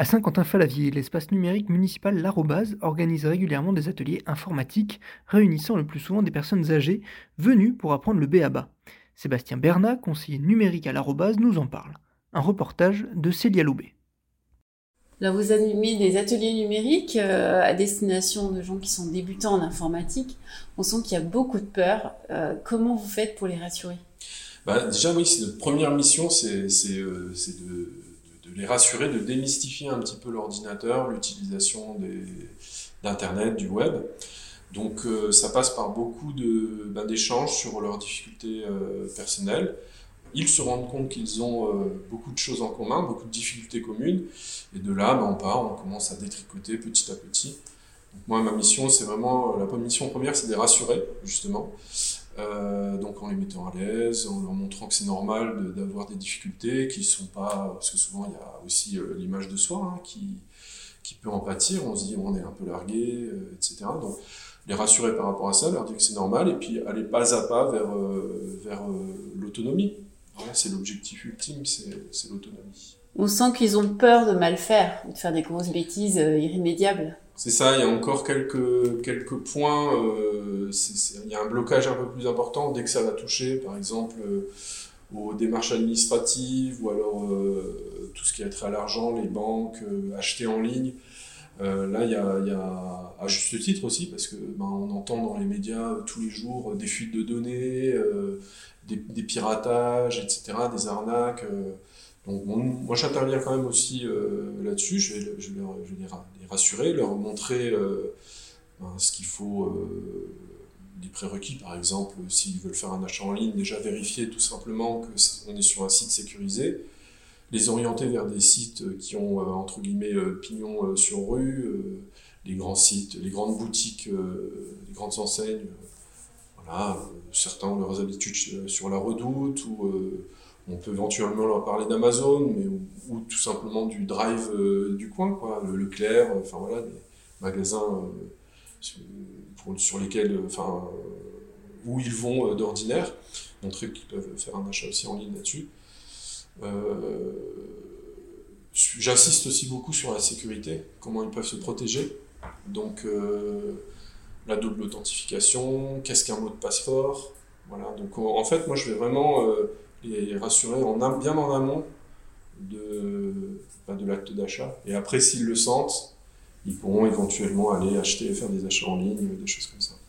À Saint-Quentin-Fallavier, l'espace numérique municipal L'Arrobase organise régulièrement des ateliers informatiques réunissant le plus souvent des personnes âgées venues pour apprendre le b.a.-ba. Sébastien Bernat, conseiller numérique à l'Arrobase, nous en parle. Un reportage de Célia Loubet. Là, vous animez des ateliers numériques à destination de gens qui sont débutants en informatique. On sent qu'il y a beaucoup de peur. Comment vous faites pour les rassurer? Déjà, oui, c'est notre première mission, c'est de les rassurer, de démystifier un petit peu l'ordinateur, l'utilisation d'Internet, du web. Donc, ça passe par beaucoup d'échanges sur leurs difficultés personnelles. Ils se rendent compte qu'ils ont beaucoup de choses en commun, beaucoup de difficultés communes. Et de là, on commence à détricoter petit à petit. Donc, moi, ma mission, c'est vraiment, la mission première, c'est de les rassurer, justement. Donc en les mettant à l'aise, en leur montrant que c'est normal d'avoir des difficultés, qui sont pas, parce que souvent il y a aussi l'image de soi qui peut en pâtir, on se dit on est un peu largué, etc. Donc les rassurer par rapport à ça, leur dire que c'est normal, et puis aller pas à pas vers l'autonomie. Voilà, c'est l'objectif ultime, c'est l'autonomie. On sent qu'ils ont peur de mal faire, de faire des grosses bêtises irrémédiables. C'est ça, il y a encore quelques points, il y a un blocage un peu plus important dès que ça va toucher, par exemple, aux démarches administratives, ou alors tout ce qui a trait à l'argent, les banques, acheter en ligne. Là, il y a, à juste titre aussi, parce que on entend dans les médias tous les jours des fuites de données, des piratages, etc., des arnaques. Donc moi j'interviens quand même aussi là-dessus, je vais les rassurer, leur montrer ce qu'il faut, des prérequis par exemple, s'ils veulent faire un achat en ligne, déjà vérifier tout simplement qu'on est sur un site sécurisé, les orienter vers des sites qui ont entre guillemets pignon sur rue, les grands sites, les grandes boutiques, les grandes enseignes, voilà, certains ont leurs habitudes sur la Redoute, ou on peut éventuellement leur parler d'Amazon, ou tout simplement du Drive du coin, quoi, le Leclerc, enfin voilà, des magasins sur lesquels, où ils vont d'ordinaire, montrer qu'ils peuvent faire un achat aussi en ligne là-dessus. J'insiste aussi beaucoup sur la sécurité, comment ils peuvent se protéger. Donc la double authentification, qu'est-ce qu'un mot de passe fort, voilà. Donc en fait, moi je vais vraiment les rassurer bien en amont de l'acte d'achat. Et après, s'ils le sentent, ils pourront éventuellement aller acheter, faire des achats en ligne, des choses comme ça.